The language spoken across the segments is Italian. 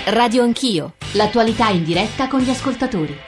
Radio Anch'io, l'attualità in diretta con gli ascoltatori.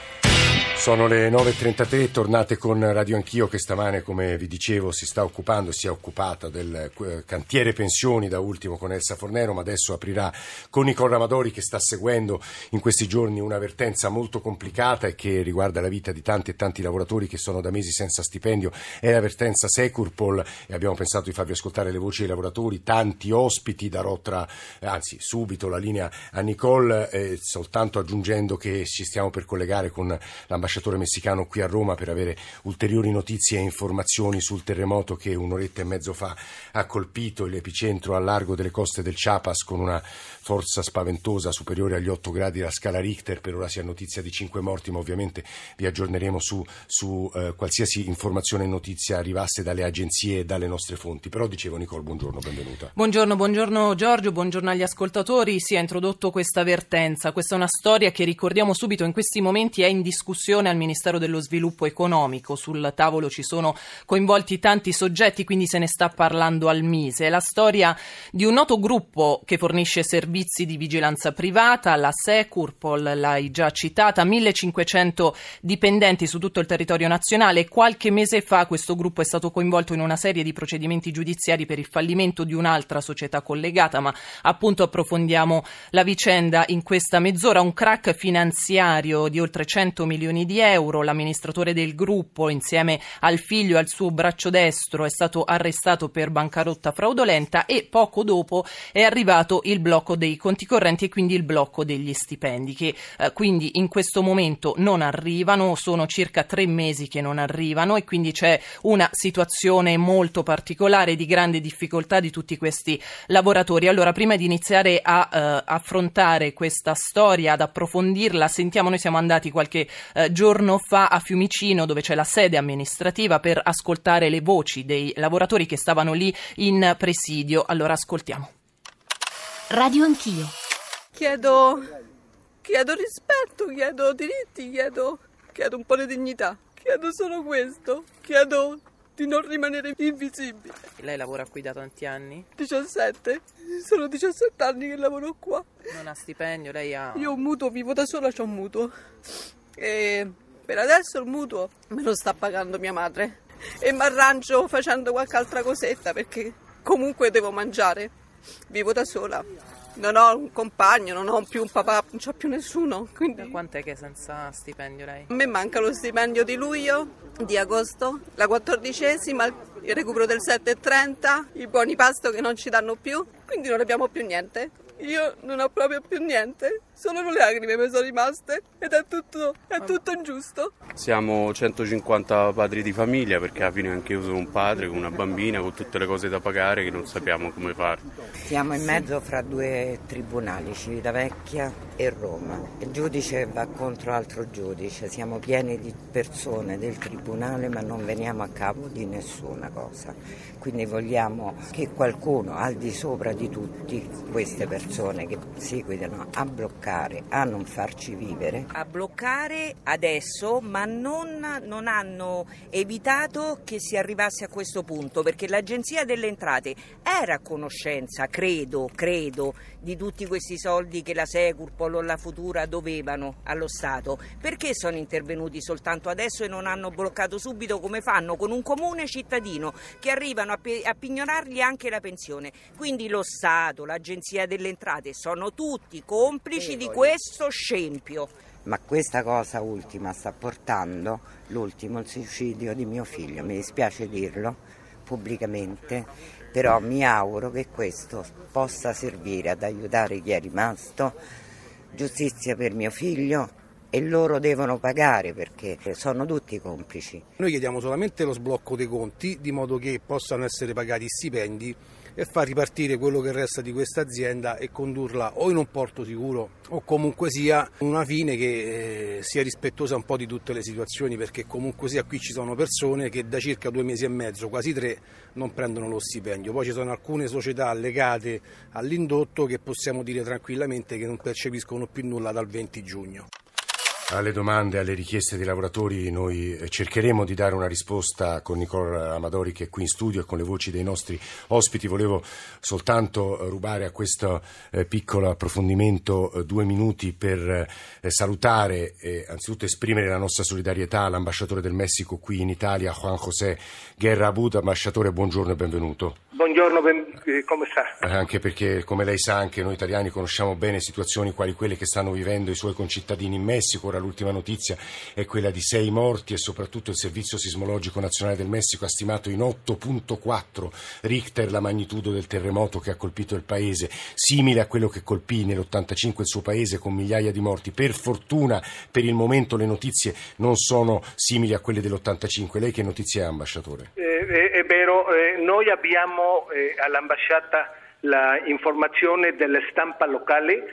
Sono le 9.33, tornate con Radio Anch'io che stamane, come vi dicevo, si è occupata del cantiere pensioni, da ultimo con Elsa Fornero, ma adesso aprirà con Nicola Amadori, che sta seguendo in questi giorni una vertenza molto complicata e che riguarda la vita di tanti e tanti lavoratori che sono da mesi senza stipendio. È la vertenza Securpol e abbiamo pensato di farvi ascoltare le voci dei lavoratori, tanti ospiti. Darò subito la linea a Nicole, soltanto aggiungendo che ci stiamo per collegare con l'ambasciatore messicano qui a Roma per avere ulteriori notizie e informazioni sul terremoto che un'oretta e mezzo fa ha colpito l'epicentro a largo delle coste del Chiapas con una forza spaventosa superiore agli 8 gradi la scala Richter. Per ora si ha notizia di 5 morti, ma ovviamente vi aggiorneremo su qualsiasi informazione e notizia arrivasse dalle agenzie e dalle nostre fonti. Però dicevo, Nicole, buongiorno, benvenuta. Buongiorno Giorgio, buongiorno agli ascoltatori. Si è introdotto questa vertenza. Questa è una storia che, ricordiamo subito, in questi momenti è in discussione al Ministero dello Sviluppo Economico. Sul tavolo ci sono coinvolti tanti soggetti, quindi se ne sta parlando al Mise. È la storia di un noto gruppo che fornisce servizi di vigilanza privata, la Securpol, l'hai già citata, 1500 dipendenti su tutto il territorio nazionale. Qualche mese fa questo gruppo è stato coinvolto in una serie di procedimenti giudiziari per il fallimento di un'altra società collegata, ma appunto approfondiamo la vicenda in questa mezz'ora. Un crack finanziario di oltre 100 milioni di euro. L'amministratore del gruppo, insieme al figlio e al suo braccio destro, è stato arrestato per bancarotta fraudolenta e poco dopo è arrivato il blocco dei conti correnti e quindi il blocco degli stipendi, che quindi in questo momento non arrivano. Sono circa 3 mesi che non arrivano e quindi c'è una situazione molto particolare di grande difficoltà di tutti questi lavoratori. Allora, prima di iniziare a affrontare questa storia, ad approfondirla, noi siamo andati qualche giorno fa a Fiumicino, dove c'è la sede amministrativa, per ascoltare le voci dei lavoratori che stavano lì in presidio. Allora, ascoltiamo. Radio Anch'io. Chiedo rispetto, chiedo diritti, chiedo un po' di dignità. Chiedo solo questo. Chiedo di non rimanere invisibile. Lei lavora qui da tanti anni? 17. Sono 17 anni che lavoro qua. Non ha stipendio, lei ha... Io ho un mutuo, vivo da sola, c'ho un mutuo. E per adesso il mutuo me lo sta pagando mia madre. E mi arrangio facendo qualche altra cosetta perché comunque devo mangiare. Vivo da sola. Non ho un compagno, non ho più un papà, non c'ho più nessuno. Quindi... Da quant'è che è senza stipendio lei? A me manca lo stipendio di luglio, di agosto, la 14ª, il recupero del 7,30, i buoni pasto che non ci danno più, quindi non abbiamo più niente. Io non ho proprio più niente, solo le lacrime mi sono rimaste ed è tutto ingiusto. Siamo 150 padri di famiglia, perché alla fine anche io sono un padre con una bambina, con tutte le cose da pagare che non sappiamo come fare. Siamo in mezzo fra 2 tribunali, Civitavecchia e Roma. Il giudice va contro altro giudice, siamo pieni di persone del tribunale ma non veniamo a capo di nessuna cosa. Quindi vogliamo che qualcuno al di sopra di tutti queste persone che si guidano a bloccare, a non farci vivere. A bloccare adesso, ma non hanno evitato che si arrivasse a questo punto, perché l'Agenzia delle Entrate era a conoscenza, credo, di tutti questi soldi che la Securpol o la Futura dovevano allo Stato. Perché sono intervenuti soltanto adesso e non hanno bloccato subito, come fanno con un comune cittadino che arrivano a pignorargli anche la pensione? Quindi lo Stato, l'Agenzia delle Entrate sono tutti complici di questo scempio. Ma questa cosa ultima sta portando il suicidio di mio figlio, mi dispiace dirlo pubblicamente, però mi auguro che questo possa servire ad aiutare chi è rimasto, giustizia per mio figlio, e loro devono pagare perché sono tutti complici. Noi chiediamo solamente lo sblocco dei conti, di modo che possano essere pagati stipendi e far ripartire quello che resta di questa azienda e condurla o in un porto sicuro o comunque sia una fine che sia rispettosa un po' di tutte le situazioni, perché comunque sia qui ci sono persone che da circa 2 mesi e mezzo, quasi 3, non prendono lo stipendio. Poi ci sono alcune società legate all'indotto che possiamo dire tranquillamente che non percepiscono più nulla dal 20 giugno. Alle domande, alle richieste dei lavoratori noi cercheremo di dare una risposta con Nicole Amadori, che è qui in studio, e con le voci dei nostri ospiti. Volevo soltanto rubare a questo piccolo approfondimento 2 minuti per salutare e anzitutto esprimere la nostra solidarietà all'ambasciatore del Messico qui in Italia, Juan José Guerra Abud. Ambasciatore, buongiorno e benvenuto. Buongiorno, come sta? Anche perché, come lei sa, anche noi italiani conosciamo bene situazioni quali quelle che stanno vivendo i suoi concittadini in Messico. Ora l'ultima notizia è quella di 6 morti e soprattutto il Servizio Sismologico Nazionale del Messico ha stimato in 8.4 Richter la magnitudo del terremoto che ha colpito il paese, simile a quello che colpì nell'85 il suo paese, con migliaia di morti. Per fortuna, per il momento, le notizie non sono simili a quelle dell'85. Lei che notizie ha, ambasciatore? È vero, noi abbiamo all'ambasciata la informazione della stampa locale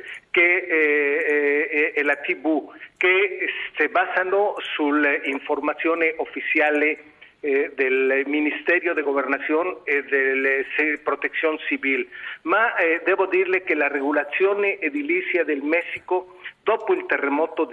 e la TV che si basano sull'informazione ufficiale del Ministerio de Gobernación e della Protección Civil, ma devo dirle che la regolazione edilizia del Messico dopo il terremoto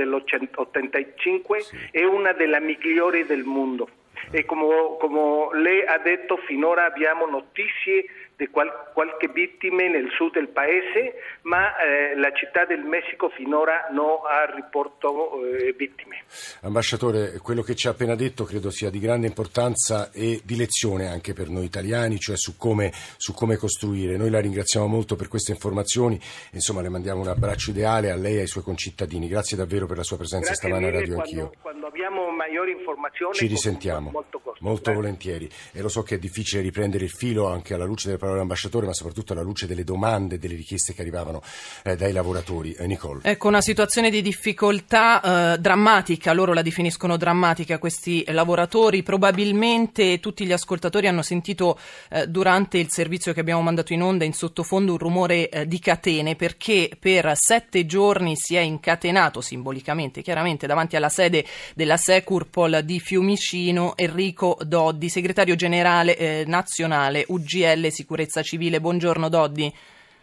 dell'85 è una delle migliori del mondo. E come lei ha detto, finora abbiamo notizie di qualche vittima nel sud del paese, ma la città del Messico finora non ha riportato vittime. Ambasciatore, quello che ci ha appena detto credo sia di grande importanza e di lezione anche per noi italiani, cioè su come costruire. Noi la ringraziamo molto per queste informazioni, insomma le mandiamo un abbraccio ideale a lei e ai suoi concittadini. Grazie davvero per la sua presenza stamane a Radio Anch'io. Quando abbiamo maggiori informazioni ci risentiamo molto volentieri, e lo so che è difficile riprendere il filo anche alla luce delle parole dell'ambasciatore, ma soprattutto alla luce delle domande e delle richieste che arrivavano dai lavoratori. Nicole. Ecco, una situazione di difficoltà drammatica, loro la definiscono drammatica, questi lavoratori. Probabilmente tutti gli ascoltatori hanno sentito durante il servizio che abbiamo mandato in onda in sottofondo un rumore di catene, perché per 7 giorni si è incatenato simbolicamente, chiaramente, davanti alla sede della Securpol di Fiumicino Enrico Doddi, segretario generale nazionale UGL Sicurezza Civile. Buongiorno Doddi.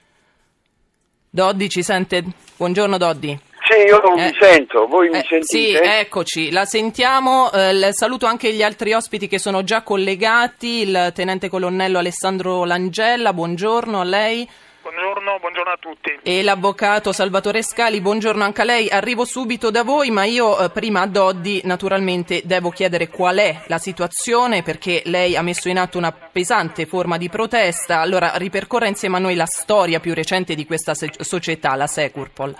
Doddi, ci sente? Buongiorno Doddi. Sì, io non vi sento, voi mi sentite? Sì, eccoci, la sentiamo. Saluto anche gli altri ospiti che sono già collegati, il tenente colonnello Alessandro Langella, buongiorno a lei. Buongiorno a tutti. E l'avvocato Salvatore Scali, buongiorno anche a lei. Arrivo subito da voi, ma io prima a Doddi naturalmente devo chiedere qual è la situazione, perché lei ha messo in atto una pesante forma di protesta. Allora ripercorra insieme a noi la storia più recente di questa società, la Securpol.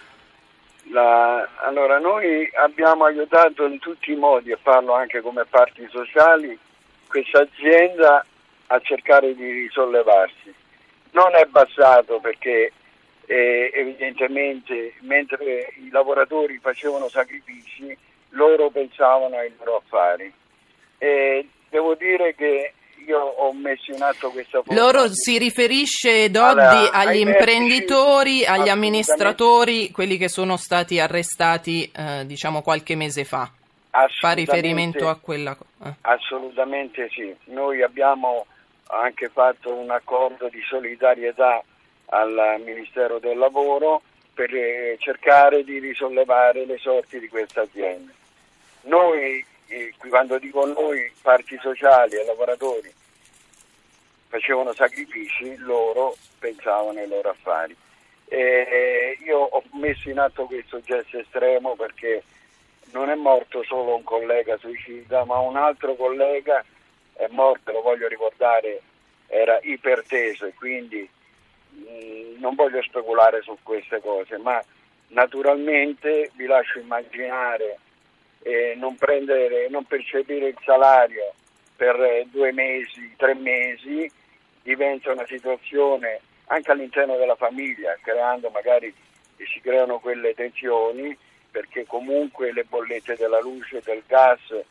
Allora, noi abbiamo aiutato in tutti i modi, e parlo anche come parti sociali, questa azienda a cercare di risollevarsi. Non è bastato perché evidentemente mentre i lavoratori facevano sacrifici, loro pensavano ai loro affari. Devo dire che io ho messo in atto questa forma. Loro si riferisce, Doddi, agli imprenditori, agli amministratori, quelli che sono stati arrestati diciamo qualche mese fa. Fa riferimento a quella cosa? Assolutamente sì. Noi abbiamo anche fatto un accordo di solidarietà al Ministero del Lavoro per cercare di risollevare le sorti di questa azienda. Noi, quando dico noi, parti sociali e lavoratori facevano sacrifici, loro pensavano ai loro affari. Io ho messo in atto questo gesto estremo perché non è morto solo un collega suicida, ma un altro collega è morto, lo voglio ricordare, era iperteso, e quindi non voglio speculare su queste cose, ma naturalmente vi lascio immaginare non percepire il salario per 2 mesi, 3 mesi, diventa una situazione anche all'interno della famiglia, si creano quelle tensioni, perché comunque le bollette della luce, del gas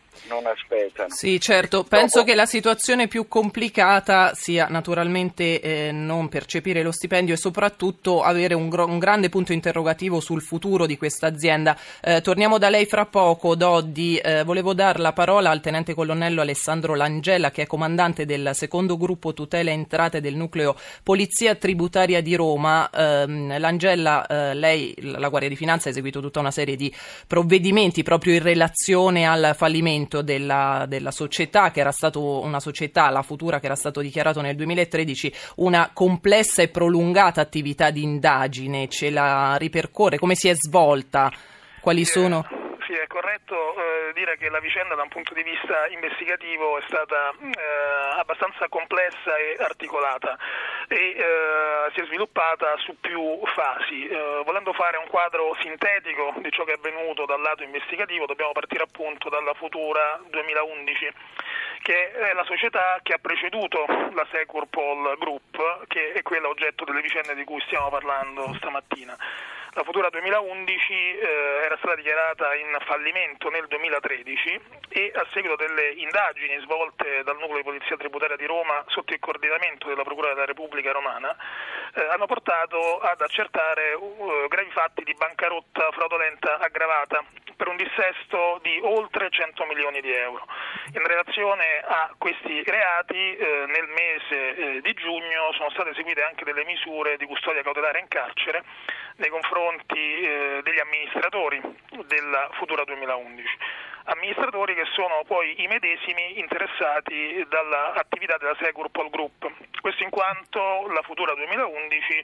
non aspettano. Sì, certo. Penso che la situazione più complicata sia naturalmente non percepire lo stipendio e soprattutto avere un grande punto interrogativo sul futuro di questa azienda. Torniamo da lei fra poco, Doddi. Volevo dar la parola al tenente colonnello Alessandro Langella, che è comandante del secondo gruppo tutela entrate del nucleo Polizia Tributaria di Roma. Langella, lei, la Guardia di Finanza, ha eseguito tutta una serie di provvedimenti proprio in relazione al fallimento della società, che era stato una società, la Futura, che era stato dichiarato nel 2013, una complessa e prolungata attività di indagine. Ce la ripercorre? Come si è svolta? Quali sono? Sì, è corretto dire che la vicenda da un punto di vista investigativo è stata abbastanza complessa e articolata e si è sviluppata su più fasi. Volendo fare un quadro sintetico di ciò che è avvenuto dal lato investigativo, dobbiamo partire appunto dalla Futura 2011, che è la società che ha preceduto la Securpol Group, che è quella oggetto delle vicende di cui stiamo parlando stamattina. La Futura 2011 era stata dichiarata in fallimento nel 2013 e a seguito delle indagini svolte dal nucleo di Polizia Tributaria di Roma sotto il coordinamento della Procura della Repubblica Romana hanno portato ad accertare gravi fatti di bancarotta fraudolenta aggravata per un dissesto di oltre 100 milioni di euro. In relazione a questi reati nel mese di giugno sono state eseguite anche delle misure di custodia cautelare in carcere nei confronti degli amministratori della Futura 2011. Amministratori che sono poi i medesimi interessati dall'attività della Securpol Group. Questo in quanto la Futura 2011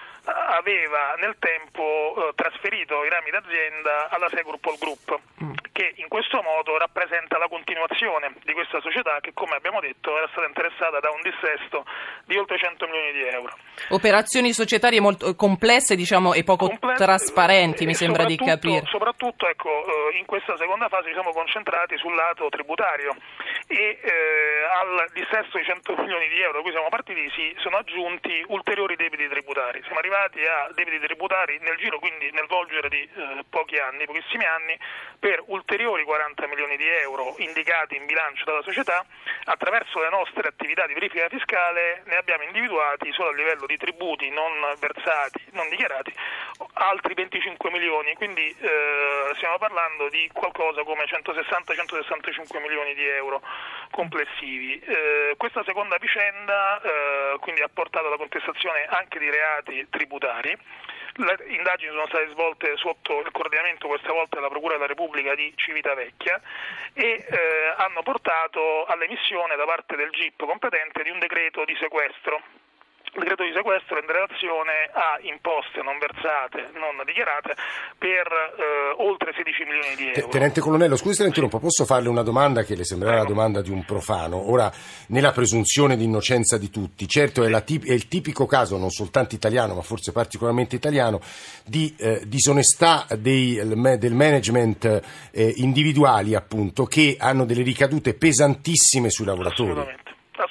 aveva nel tempo trasferito i rami d'azienda alla Securpol Group, che in questo modo rappresenta la continuazione di questa società che, come abbiamo detto, era stata interessata da un dissesto di oltre 100 milioni di euro. Operazioni societarie molto complesse, diciamo, e poco trasparenti, mi sembra di capire. Soprattutto, in questa seconda fase ci siamo concentrati sul lato tributario e al dissesto di 100 milioni di euro da cui siamo partiti si sono aggiunti ulteriori debiti tributari. Siamo arrivati a debiti tributari nel giro, quindi nel volgere di pochissimi anni, per ulteriori 40 milioni di euro indicati in bilancio dalla società. Attraverso le nostre attività di verifica fiscale ne abbiamo individuati solo a livello di tributi non versati, non dichiarati, altri 25 milioni, quindi stiamo parlando di qualcosa come 160-165 milioni di euro complessivi. Questa seconda vicenda quindi ha portato alla contestazione anche di reati tributari. Le indagini sono state svolte sotto il coordinamento questa volta della Procura della Repubblica di Civitavecchia e hanno portato all'emissione da parte del GIP competente di un decreto di sequestro. Il decreto di sequestro in relazione a imposte non versate, non dichiarate, per oltre 16 milioni di euro. Tenente Colonnello, scusi se la interrompo, posso farle una domanda che le sembrerà la domanda di un profano? Ora, nella presunzione di innocenza di tutti, certo è il tipico caso, non soltanto italiano, ma forse particolarmente italiano, di disonestà del management individuali, appunto, che hanno delle ricadute pesantissime sui lavoratori. Assolutamente.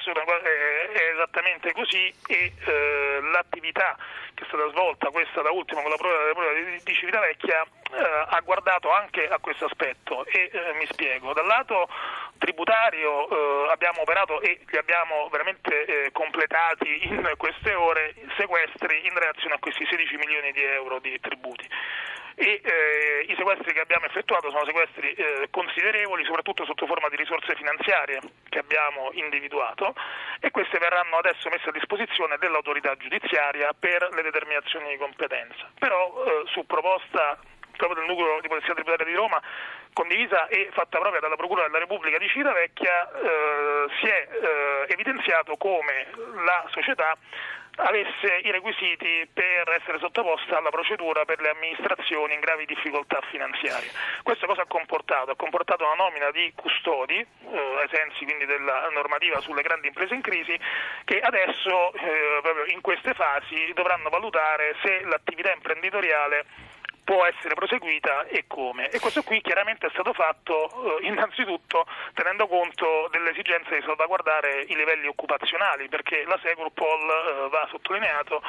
È esattamente così e l'attività che è stata svolta, questa da ultimo con la Procura di Civitavecchia, ha guardato anche a questo aspetto e mi spiego. Dal lato tributario abbiamo operato e li abbiamo veramente completati in queste ore sequestri in relazione a questi 16 milioni di euro di tributi. E i sequestri che abbiamo effettuato sono sequestri considerevoli, soprattutto sotto forma di risorse finanziarie che abbiamo individuato, e queste verranno adesso messe a disposizione dell'autorità giudiziaria per le determinazioni di competenza. Però su proposta proprio del nucleo di Polizia Tributaria di Roma, condivisa e fatta propria dalla Procura della Repubblica di Civitavecchia, si è evidenziato come la società avesse i requisiti per essere sottoposta alla procedura per le amministrazioni in gravi difficoltà finanziarie. Questo cosa ha comportato? Ha comportato una nomina di custodi, ai sensi quindi della normativa sulle grandi imprese in crisi, che adesso proprio in queste fasi dovranno valutare se l'attività imprenditoriale può essere proseguita e come. E questo qui chiaramente è stato fatto innanzitutto tenendo conto dell'esigenza di salvaguardare i livelli occupazionali, perché la Securpol, va sottolineato,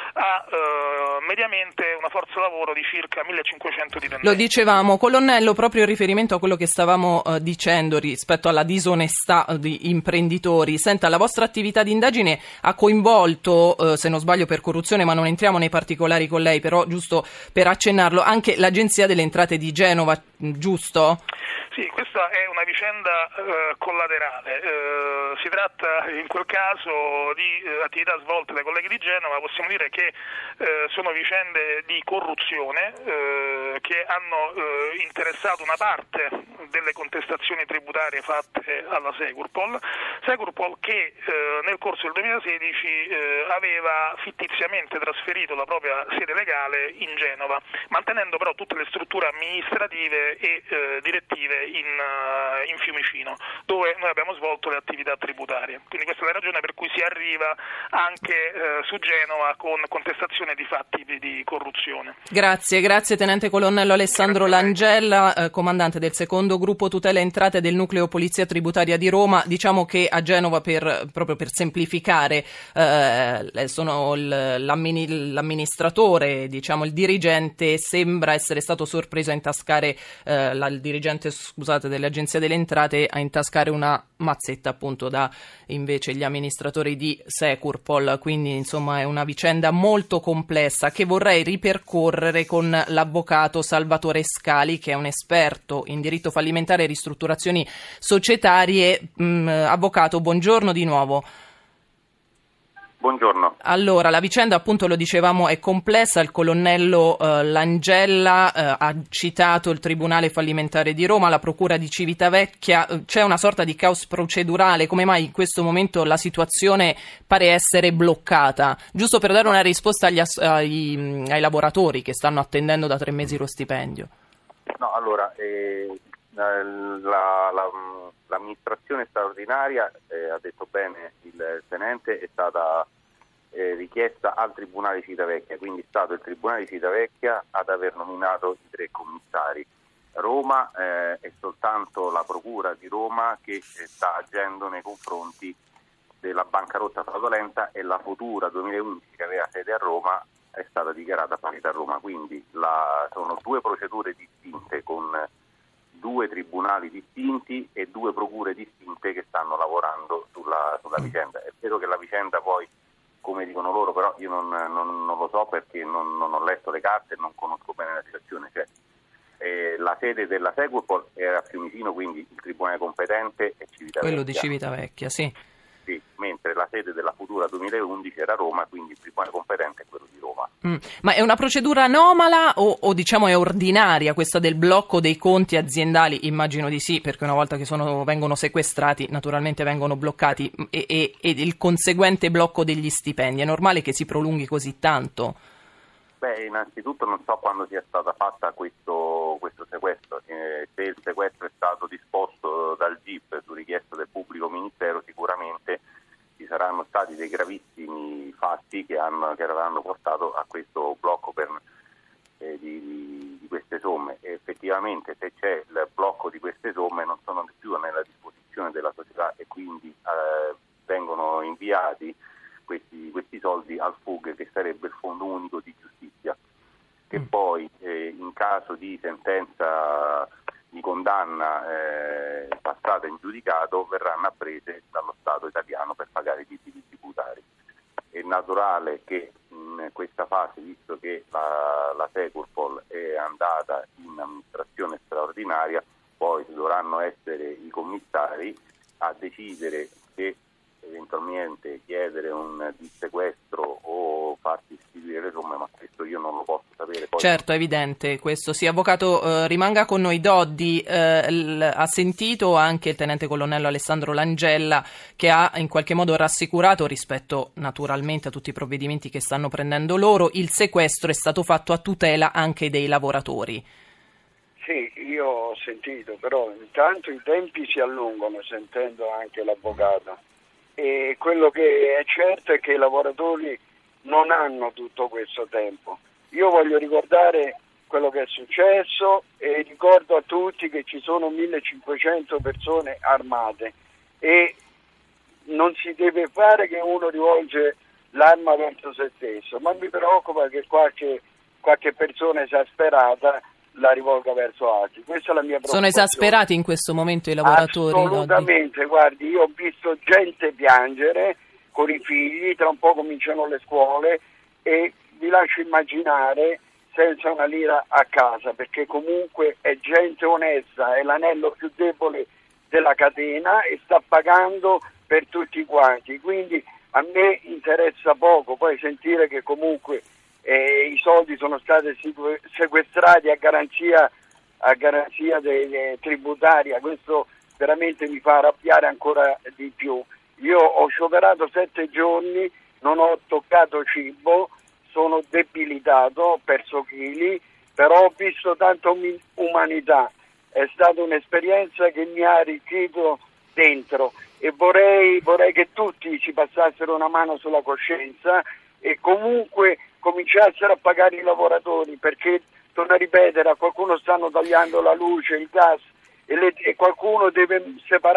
ha mediamente una forza lavoro di circa 1500 dipendenti. Lo dicevamo, colonnello, proprio in riferimento a quello che stavamo dicendo rispetto alla disonestà di imprenditori. Senta, la vostra attività di indagine ha coinvolto, se non sbaglio per corruzione, ma non entriamo nei particolari con lei, però giusto per accennarlo, anche l'Agenzia delle Entrate di Genova, giusto? Sì, questa è una vicenda collaterale. Si tratta in quel caso di attività svolte dai colleghi di Genova. Possiamo dire che sono vicende di corruzione che hanno interessato una parte delle contestazioni tributarie fatte alla Securpol che nel corso del 2016 aveva fittiziamente trasferito la propria sede legale in Genova, mantenendo però tutte le strutture amministrative e direttive in Fiumicino, dove noi abbiamo svolto le attività tributarie. Quindi questa è la ragione per cui si arriva anche su Genova con contestazione di fatti di corruzione. Grazie tenente colonnello Alessandro Langella, comandante del secondo gruppo tutela entrate del nucleo polizia tributaria di Roma. Diciamo che a Genova, proprio per semplificare, sono l'amministratore, diciamo il dirigente, sembra essere stato sorpreso a intascare il dirigente dell'Agenzia delle Entrate a intascare una mazzetta appunto da invece gli amministratori di Securpol. Quindi insomma è una vicenda molto complessa che vorrei ripercorrere con l'avvocato Salvatore Scali, che è un esperto in diritto fallimentare e ristrutturazioni societarie. Avvocato, buongiorno di nuovo. Buongiorno. Allora, la vicenda, appunto, lo dicevamo, è complessa. Il colonnello Langella ha citato il Tribunale fallimentare di Roma, la Procura di Civitavecchia. C'è una sorta di caos procedurale. Come mai in questo momento la situazione pare essere bloccata? Giusto per dare una risposta ai lavoratori che stanno attendendo da 3 mesi lo stipendio. No, allora, l'amministrazione straordinaria, ha detto bene il tenente, è stata richiesta al Tribunale di Civitavecchia, quindi è stato il Tribunale di Civitavecchia ad aver nominato i 3 commissari. Roma è soltanto la Procura di Roma che sta agendo nei confronti della bancarotta fraudolenta, e la Futura 2011, che aveva sede a Roma, è stata dichiarata fallita a Roma. Quindi sono 2 procedure distinte con 2 tribunali distinti e 2 procure distinte che stanno lavorando sulla vicenda. È vero che la vicenda poi, come dicono loro, però io non lo so perché non ho letto le carte e non conosco bene la situazione. La sede della Securpol era a Fiumicino, quindi il tribunale competente è Civitavecchia. Quello di Civitavecchia, sì. Sì, mentre la sede della Futura 2011 era Roma, quindi il tribunale competente è quello di Roma. Ma è una procedura anomala o diciamo è ordinaria questa del blocco dei conti aziendali? Immagino di sì, perché una volta che vengono sequestrati naturalmente vengono bloccati, e il conseguente blocco degli stipendi. È normale che si prolunghi così tanto? Beh, innanzitutto non so quando sia stata fatta questo sequestro. Se il sequestro è stato disposto dal GIP su richiesta del pubblico ministero, sicuramente ci saranno stati dei gravissimi fatti che avranno portato a questo blocco di queste somme. E effettivamente, se c'è il blocco di queste somme, non sono più nella disposizione della società e quindi vengono inviati questi soldi al FUG, che sarebbe il Fondo Unico di Giustizia, che poi in caso di sentenza di condanna passata in giudicato verranno apprese dallo Stato italiano per pagare i debiti tributari. È naturale che in questa fase, visto che la Securpol è andata in amministrazione straordinaria, poi dovranno essere i commissari a decidere se eventualmente chiedere un dissequestro o farsi restituire le somme, ma questo io non lo posso sapere. Poi... Certo, è evidente questo. Sì, avvocato, rimanga con noi. Doddi, ha sentito anche il tenente colonnello Alessandro Langella, che ha in qualche modo rassicurato rispetto naturalmente a tutti i provvedimenti che stanno prendendo loro. Il sequestro è stato fatto a tutela anche dei lavoratori. Sì, io ho sentito, però intanto i tempi si allungano, sentendo anche l'avvocato. E quello che è certo è che i lavoratori non hanno tutto questo tempo. Io voglio ricordare quello che è successo e ricordo a tutti che ci sono 1500 persone armate e non si deve fare che uno rivolge l'arma verso se stesso, ma mi preoccupa che qualche persona esasperata la rivolga verso altri. Questa è la mia preoccupazione. Sono esasperati in questo momento i lavoratori? Assolutamente, guardi, io ho visto gente piangere con i figli, tra un po' cominciano le scuole e vi lascio immaginare senza una lira a casa, perché comunque è gente onesta, è l'anello più debole della catena e sta pagando per tutti quanti, quindi a me interessa poco poi sentire che comunque i soldi sono stati sequestrati a garanzia tributaria. Questo veramente mi fa arrabbiare ancora di più. Io ho scioperato 7 giorni, non ho toccato cibo, sono debilitato, ho perso chili, però ho visto tanta umanità. È stata un'esperienza che mi ha arricchito dentro e vorrei che tutti ci passassero una mano sulla coscienza e comunque cominciassero a pagare i lavoratori, perché, torno a ripetere, a qualcuno stanno tagliando la luce, il gas e qualcuno deve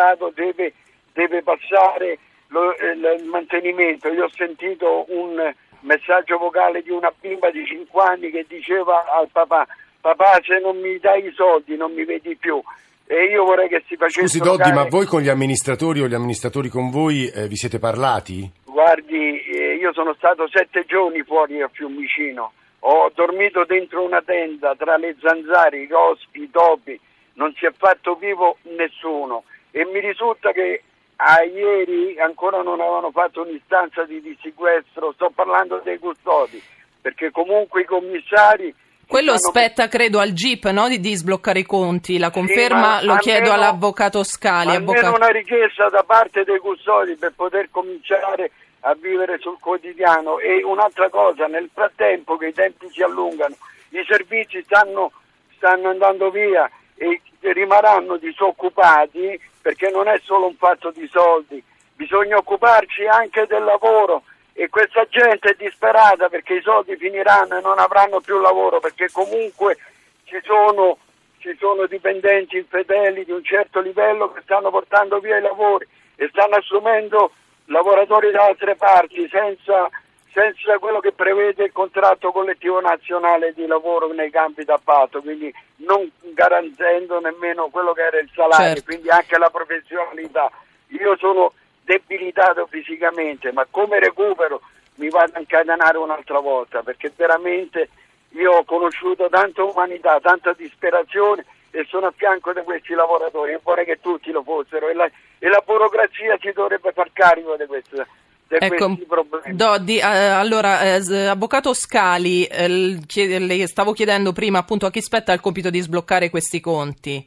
passare il mantenimento. Io ho sentito un messaggio vocale di una bimba di 5 anni che diceva al papà: papà, se non mi dai i soldi non mi vedi più. E io vorrei che si facesse. Scusi Doddi, ma voi con gli amministratori o gli amministratori con voi vi siete parlati? Guardi, io sono stato 7 giorni fuori a Fiumicino, ho dormito dentro una tenda tra le zanzare, i rospi, i topi, non si è fatto vivo nessuno e mi risulta che ieri ancora non avevano fatto un'istanza di sequestro, sto parlando dei custodi, perché comunque i commissari... Quello spetta, credo, al GIP, no? Di sbloccare i conti. La conferma lo chiedo all'avvocato Scali. Almeno una richiesta da parte dei custodi per poter cominciare a vivere sul quotidiano. E un'altra cosa, nel frattempo che i tempi si allungano, i servizi stanno andando via e rimarranno disoccupati, perché non è solo un fatto di soldi, bisogna occuparci anche del lavoro. E questa gente è disperata perché i soldi finiranno e non avranno più lavoro, perché comunque ci sono dipendenti infedeli di un certo livello che stanno portando via i lavori e stanno assumendo lavoratori da altre parti senza quello che prevede il contratto collettivo nazionale di lavoro nei campi d'appalto, quindi non garantendo nemmeno quello che era il salario, certo. Quindi anche la professionalità. Io sono debilitato fisicamente, ma come recupero mi vado a incatenare un'altra volta, perché veramente io ho conosciuto tanta umanità, tanta disperazione e sono a fianco di questi lavoratori e vorrei che tutti lo fossero e la burocrazia si dovrebbe far carico di questi problemi. Doddi, allora, avvocato Scali, le stavo chiedendo prima appunto a chi spetta il compito di sbloccare questi conti?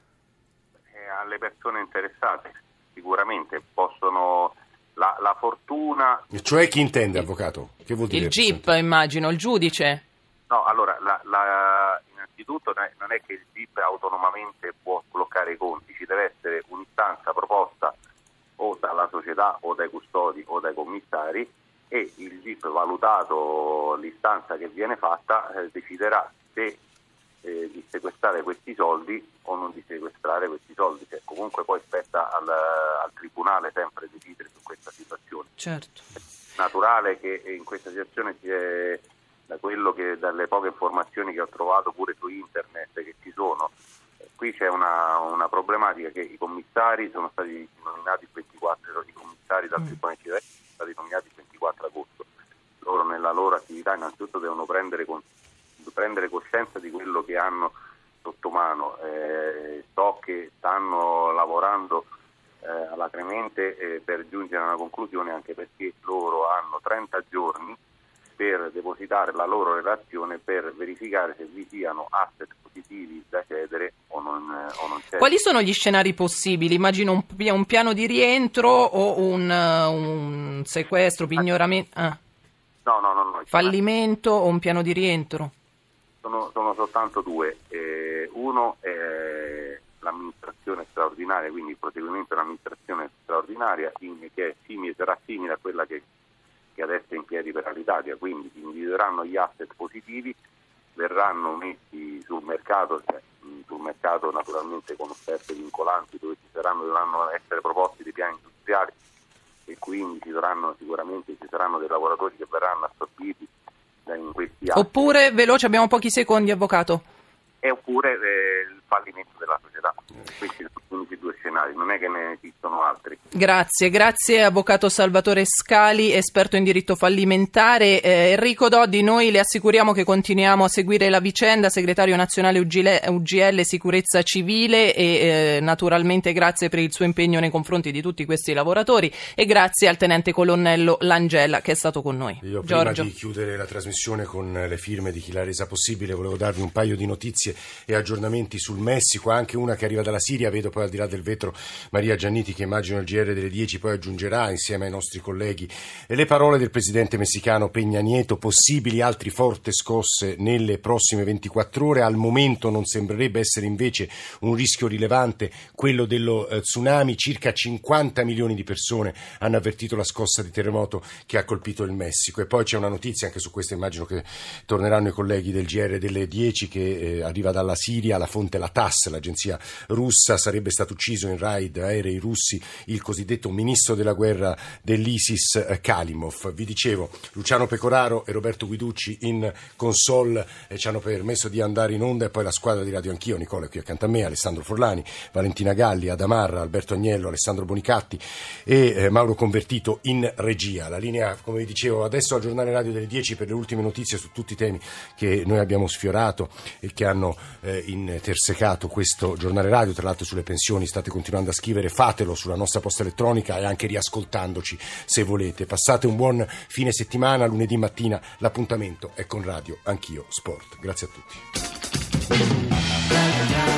Alle persone interessate. Sicuramente possono la fortuna. Cioè chi intende, avvocato? Che vuol dire? Il GIP, immagino, il giudice. No, allora innanzitutto non è che il GIP autonomamente può bloccare i conti, ci deve essere un'istanza proposta o dalla società o dai custodi o dai commissari e il GIP, valutato l'istanza che viene fatta, deciderà se di sequestrare questi soldi o non di sequestrare questi soldi, cioè, comunque poi spetta al tribunale sempre decidere su questa situazione. Certo. È naturale che in questa situazione da quello che dalle poche informazioni che ho trovato pure su internet che ci sono, qui c'è una problematica che i commissari sono stati nominati il 24, i commissari dal Tribunale Cittadino sono stati nominati il 24 agosto. Loro nella loro attività innanzitutto devono prendere coscienza di quello che hanno sotto mano. So che stanno lavorando alacremente per giungere a una conclusione, anche perché loro hanno 30 giorni per depositare la loro relazione per verificare se vi siano asset positivi da cedere o non cedere. Quali sono gli scenari possibili? Immagino un piano di rientro o un sequestro, pignoramento? No. Fallimento o un piano di rientro? Sono soltanto due. Uno è l'amministrazione straordinaria, quindi il proseguimento dell'amministrazione straordinaria che sarà simile a quella che adesso è in piedi per Alitalia, quindi si individueranno gli asset positivi, verranno messi sul mercato naturalmente con offerte vincolanti dove dovranno essere proposti dei piani industriali e quindi ci saranno dei lavoratori che verranno assorbiti in questi anni. Oppure, veloce, abbiamo pochi secondi, avvocato. Oppure il fallimento della società. Questi sono gli unici due scenari, non è che ne esistono altri. Grazie avvocato Salvatore Scali, esperto in diritto fallimentare. Enrico Doddi, noi le assicuriamo che continuiamo a seguire la vicenda, segretario nazionale UGL Sicurezza Civile, e naturalmente grazie per il suo impegno nei confronti di tutti questi lavoratori, e grazie al tenente colonnello Langella che è stato con noi. Io Giorgio. prima di chiudere la trasmissione con le firme di chi l'ha resa possibile volevo darvi un paio di notizie e aggiornamenti sul Messico, anche una che arriva dalla Siria. Vedo poi al di là del vetro Maria Gianniti che immagino il GR delle 10 poi aggiungerà insieme ai nostri colleghi le parole del presidente messicano Peña Nieto: possibili altre forti scosse nelle prossime 24 ore. Al momento non sembrerebbe essere invece un rischio rilevante quello dello tsunami. Circa 50 milioni di persone hanno avvertito la scossa di terremoto che ha colpito il Messico. E poi c'è una notizia, anche su questa immagino che torneranno i colleghi del GR delle 10, che arriva dalla Siria. La fonte la TASS, l'agenzia russa: sarebbe stato ucciso in raid aerei russi il cosiddetto ministro della guerra dell'ISIS Kalimov. Vi dicevo, Luciano Pecoraro e Roberto Guiducci in console ci hanno permesso di andare in onda, e poi la squadra di Radio Anch'io, Nicola è qui accanto a me, Alessandro Forlani, Valentina Galli, Adamarra, Alberto Agnello, Alessandro Bonicatti e Mauro Convertito in regia. La linea, come vi dicevo, adesso al giornale radio delle 10 per le ultime notizie su tutti i temi che noi abbiamo sfiorato e che hanno intersecato questo giornale radio. Tra l'altro sulle pensioni state continuando a scrivere, fatelo sulla nostra posta elettronica e anche riascoltandoci se volete. Passate un buon fine settimana. Lunedì mattina l'appuntamento è con Radio Anch'io Sport. Grazie a tutti.